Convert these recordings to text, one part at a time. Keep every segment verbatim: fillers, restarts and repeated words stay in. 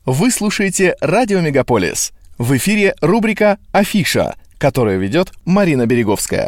Вы слушаете «Радио Мегаполис». В эфире рубрика «Афиша», которую ведет Марина Береговская.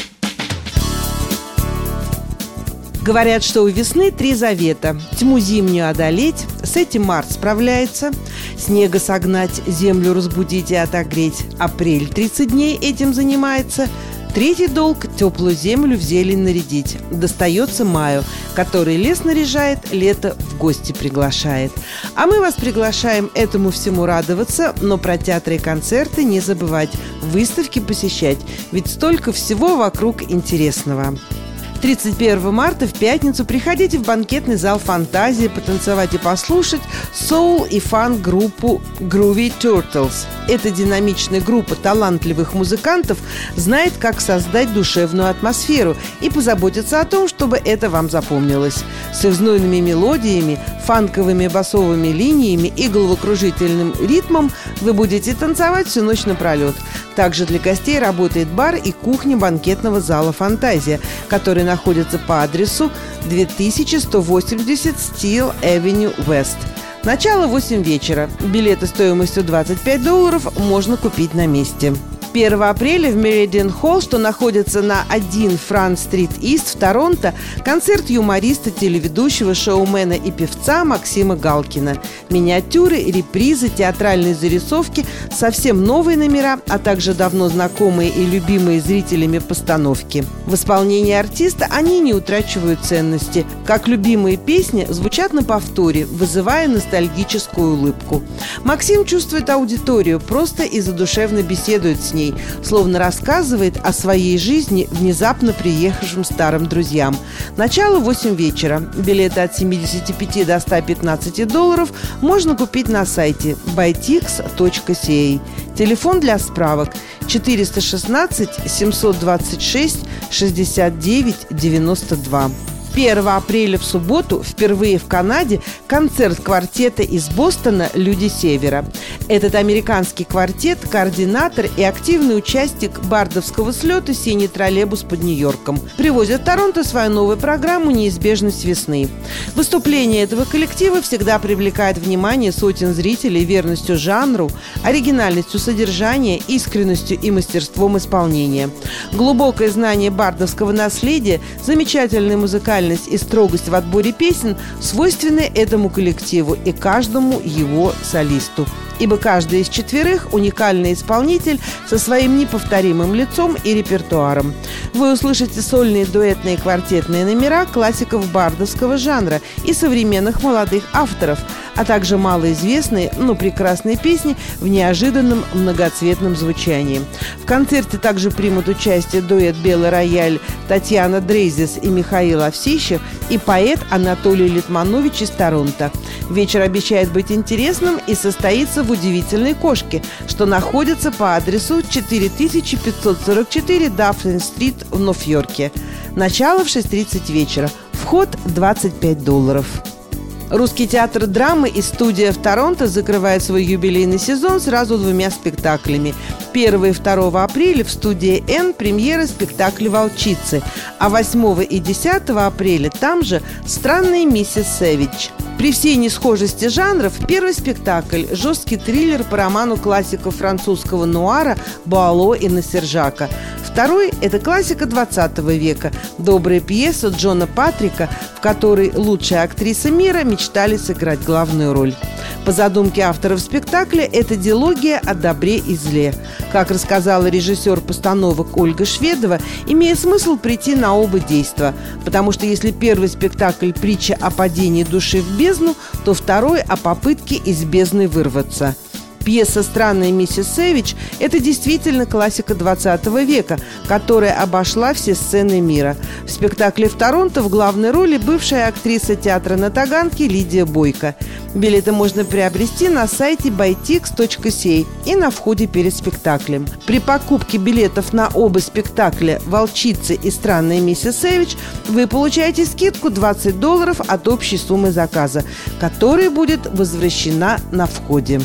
Говорят, что у весны три завета. Тьму зимнюю одолеть, с этим март справляется, снега согнать, землю разбудить и отогреть. Апрель тридцать дней этим занимается. Третий долг – теплую землю в зелень нарядить. Достается маю, который лес наряжает, лето в гости приглашает. А мы вас приглашаем этому всему радоваться, но про театры и концерты не забывать, выставки посещать, ведь столько всего вокруг интересного. тридцать первого марта в пятницу приходите в банкетный зал «Фантазия» потанцевать и послушать соул и фан-группу Groovy Turtles. Эта динамичная группа талантливых музыкантов знает, как создать душевную атмосферу и позаботиться о том, чтобы это вам запомнилось. С их знойными мелодиями, фанковыми басовыми линиями и головокружительным ритмом вы будете танцевать всю ночь напролет. Также для гостей работает бар и кухня банкетного зала «Фантазия», который находится по адресу две тысячи сто восемьдесят Steel Avenue West. Начало восемь вечера. Билеты стоимостью двадцать пять долларов можно купить на месте. первого апреля в Meridian Hall, что находится на один Франц-стрит Ист в Торонто, концерт юмориста, телеведущего, шоумена и певца Максима Галкина. Миниатюры, репризы, театральные зарисовки, совсем новые номера, а также давно знакомые и любимые зрителями постановки. В исполнении артиста они не утрачивают ценности. Как любимые песни звучат на повторе, вызывая ностальгическую улыбку. Максим чувствует аудиторию просто и задушевно беседует с ней, словно рассказывает о своей жизни внезапно приехавшим старым друзьям. Начало восемь вечера. Билеты от семидесяти пяти до ста пятнадцати долларов можно купить на сайте байтикс точка си эй. Телефон для справок четыреста шестнадцать семьсот двадцать шесть шестьдесят девять девяносто два. первого апреля в субботу впервые в Канаде концерт квартета из Бостона «Люди Севера». Этот американский квартет – координатор и активный участник бардовского слета «Синий троллейбус» под Нью-Йорком. Привозят в Торонто свою новую программу «Неизбежность весны». Выступление этого коллектива всегда привлекает внимание сотен зрителей верностью жанру, оригинальностью содержания, искренностью и мастерством исполнения. Глубокое знание бардовского наследия, замечательный музыкальный и строгость в отборе песен свойственны этому коллективу и каждому его солисту. Ибо каждый из четверых – уникальный исполнитель со своим неповторимым лицом и репертуаром. Вы услышите сольные, дуэтные и квартетные номера классиков бардовского жанра и современных молодых авторов, а также малоизвестные, но прекрасные песни в неожиданном многоцветном звучании. В концерте также примут участие дуэт «Белый рояль» Татьяна Дрейзис и Михаил Овсищев и поэт Анатолий Литманович из Торонто. Вечер обещает быть интересным и состоится в удивительной кошке, что находится по адресу четыре тысячи пятьсот сорок четыре Даффлин-стрит в Нью-Йорке. Начало в шесть тридцать вечера. Вход двадцать пять долларов. Русский театр драмы и студия в Торонто закрывает свой юбилейный сезон сразу двумя спектаклями. первого и второго апреля в студии «Н» премьера спектакля «Волчицы», а восьмого и десятого апреля там же «Странная миссис Сэвидж». При всей несхожести жанров первый спектакль – жесткий триллер по роману классиков французского нуара Буало и Насержака. Второй – это классика двадцатого века, добрая пьеса Джона Патрика, в которой лучшая актриса мира мечтали сыграть главную роль. По задумке авторов спектакля, это дилогия о добре и зле. Как рассказала режиссер постановок Ольга Шведова, имеет смысл прийти на оба действа, потому что если первый спектакль – притча о падении души в бездну, то второй – о попытке из бездны вырваться. Пьеса «Странная миссис Сэвидж» – это действительно классика двадцатого века, которая обошла все сцены мира. В спектакле в Торонто в главной роли бывшая актриса театра на Таганке Лидия Бойко. Билеты можно приобрести на сайте байтикс точка си эй и на входе перед спектаклем. При покупке билетов на оба спектакля «Волчицы» и «Странная миссис Сэвидж» вы получаете скидку двадцать долларов от общей суммы заказа, которая будет возвращена на входе.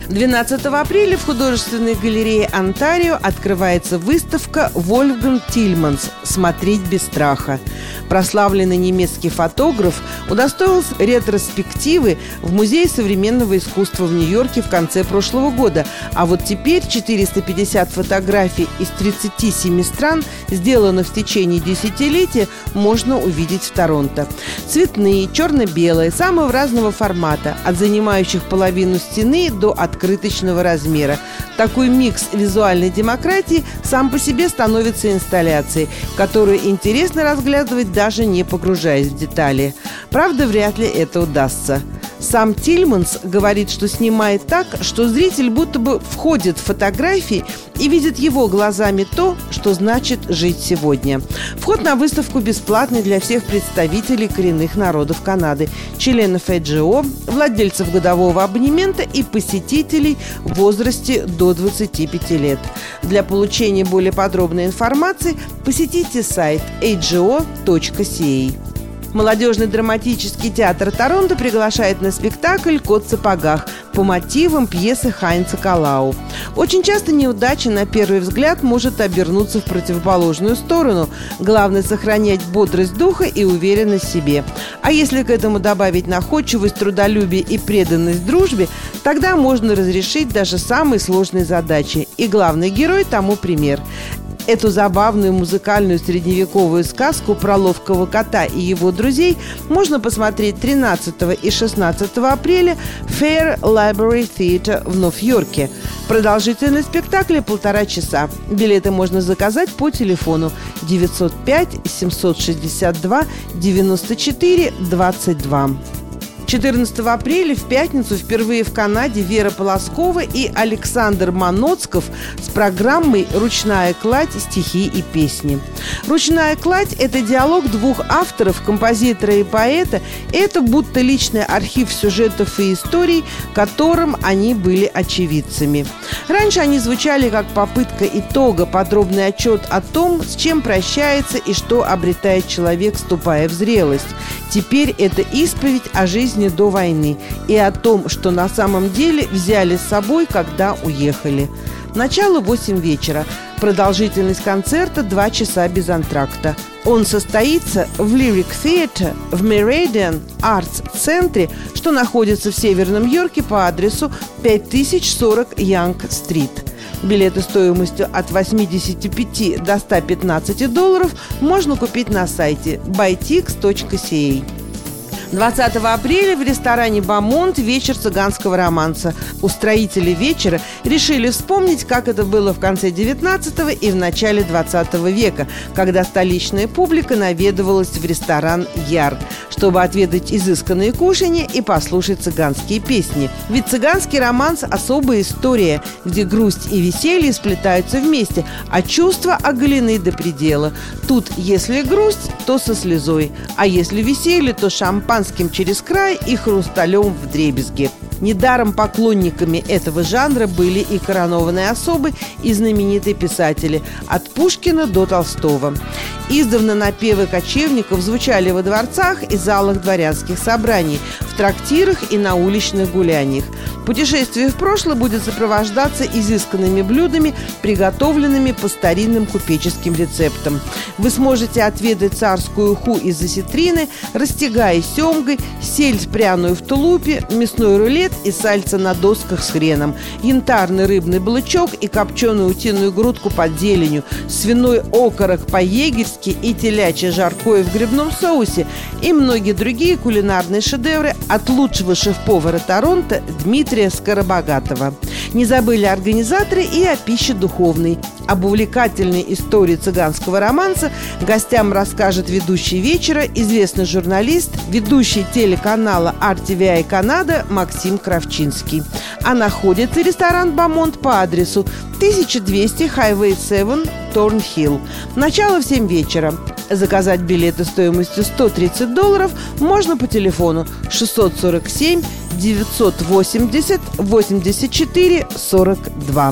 двенадцатого апреля в художественной галерее Онтарио открывается выставка «Вольфганг Тильманс. Смотреть без страха». Прославленный немецкий фотограф удостоился ретроспективы в Музее современного искусства в Нью-Йорке в конце прошлого года. А вот теперь четыреста пятьдесят фотографий из тридцати семи стран, сделанных в течение десятилетия, можно увидеть в Торонто. Цветные, черно-белые, самого разного формата, от занимающих половину стены до открыточного размера. Такой микс визуальной демократии сам по себе становится инсталляцией, которую интересно разглядывать, даже не погружаясь в детали. Правда, вряд ли это удастся. Сам Тильманс говорит, что снимает так, что зритель будто бы входит в фотографии и видит его глазами то, что значит жить сегодня. Вход на выставку бесплатный для всех представителей коренных народов Канады, членов эй джи о, владельцев годового абонемента и посетителей в возрасте до двадцати пяти лет. Для получения более подробной информации посетите сайт эй джи о точка си эй. Молодежный драматический театр Торонто приглашает на спектакль «Кот в сапогах» по мотивам пьесы Хайнца Калау. Очень часто неудача, на первый взгляд, может обернуться в противоположную сторону. Главное – сохранять бодрость духа и уверенность в себе. А если к этому добавить находчивость, трудолюбие и преданность дружбе, тогда можно разрешить даже самые сложные задачи. И главный герой тому пример. Эту забавную музыкальную средневековую сказку про ловкого кота и его друзей можно посмотреть тринадцатого и шестнадцатого апреля в Fair Library Theatre в Нью-Йорке. Продолжительность спектакля полтора часа. Билеты можно заказать по телефону девятьсот пять семьсот шестьдесят два девяносто четыре двадцать два. четырнадцатого апреля в пятницу впервые в Канаде Вера Полоскова и Александр Маноцков с программой «Ручная кладь. Стихи и песни». «Ручная кладь» – это диалог двух авторов, композитора и поэта. Это будто личный архив сюжетов и историй, которым они были очевидцами. Раньше они звучали как попытка итога, подробный отчет о том, с чем прощается и что обретает человек, вступая в зрелость. Теперь это исповедь о жизни до войны и о том, что на самом деле взяли с собой, когда уехали. Начало восемь вечера. Продолжительность концерта два часа без антракта. Он состоится в Lyric Theatre в Meridian Arts центре, что находится в Северном Йорке по адресу пять тысяч сорок Янг-стрит. Билеты стоимостью от восьмидесяти пяти до ста пятнадцати долларов можно купить на сайте байтикс точка си эй. двадцатого апреля в ресторане «Бамонт» вечер цыганского романса. Устроители вечера решили вспомнить, как это было в конце девятнадцатого и в начале двадцатого века, когда столичная публика наведывалась в ресторан «Яр», чтобы отведать изысканные кушанья и послушать цыганские песни. Ведь цыганский романс – особая история, где грусть и веселье сплетаются вместе, а чувства оголены до предела. Тут, если грусть, то со слезой, а если веселье, то шампанским через край и хрусталем вдребезги. Недаром поклонниками этого жанра были и коронованные особы, и знаменитые писатели от Пушкина до Толстого. Издавна напевы кочевников звучали во дворцах и залах дворянских собраний, в трактирах и на уличных гуляниях. Путешествие в прошлое будет сопровождаться изысканными блюдами, приготовленными по старинным купеческим рецептам. Вы сможете отведать царскую уху из осетрины, растягай семгой, сельдь пряную в тулупе, мясной рулет и сальца на досках с хреном, янтарный рыбный балычок и копченую утиную грудку под зеленью, свиной окорок по-егерски и телячье жаркое в грибном соусе и многие другие кулинарные шедевры от лучшего шеф-повара Торонто Дмитрия Скоробогатова. Не забыли организаторы и о пище духовной. Об увлекательной истории цыганского романса гостям расскажет ведущий вечера, известный журналист, ведущий телеканала ар ти ви ай Канада Максим Кравчинский. А находится ресторан «Бамонт» по адресу тысяча двести Highway семь, Торнхилл. Начало в семь вечера. Заказать билеты стоимостью сто тридцать долларов можно по телефону шестьсот сорок семь девятьсот восемьдесят восемьдесят четыре сорок два.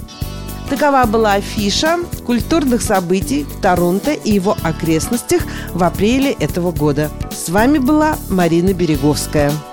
Такова была афиша культурных событий в Торонто и его окрестностях в апреле этого года. С вами была Марина Береговская.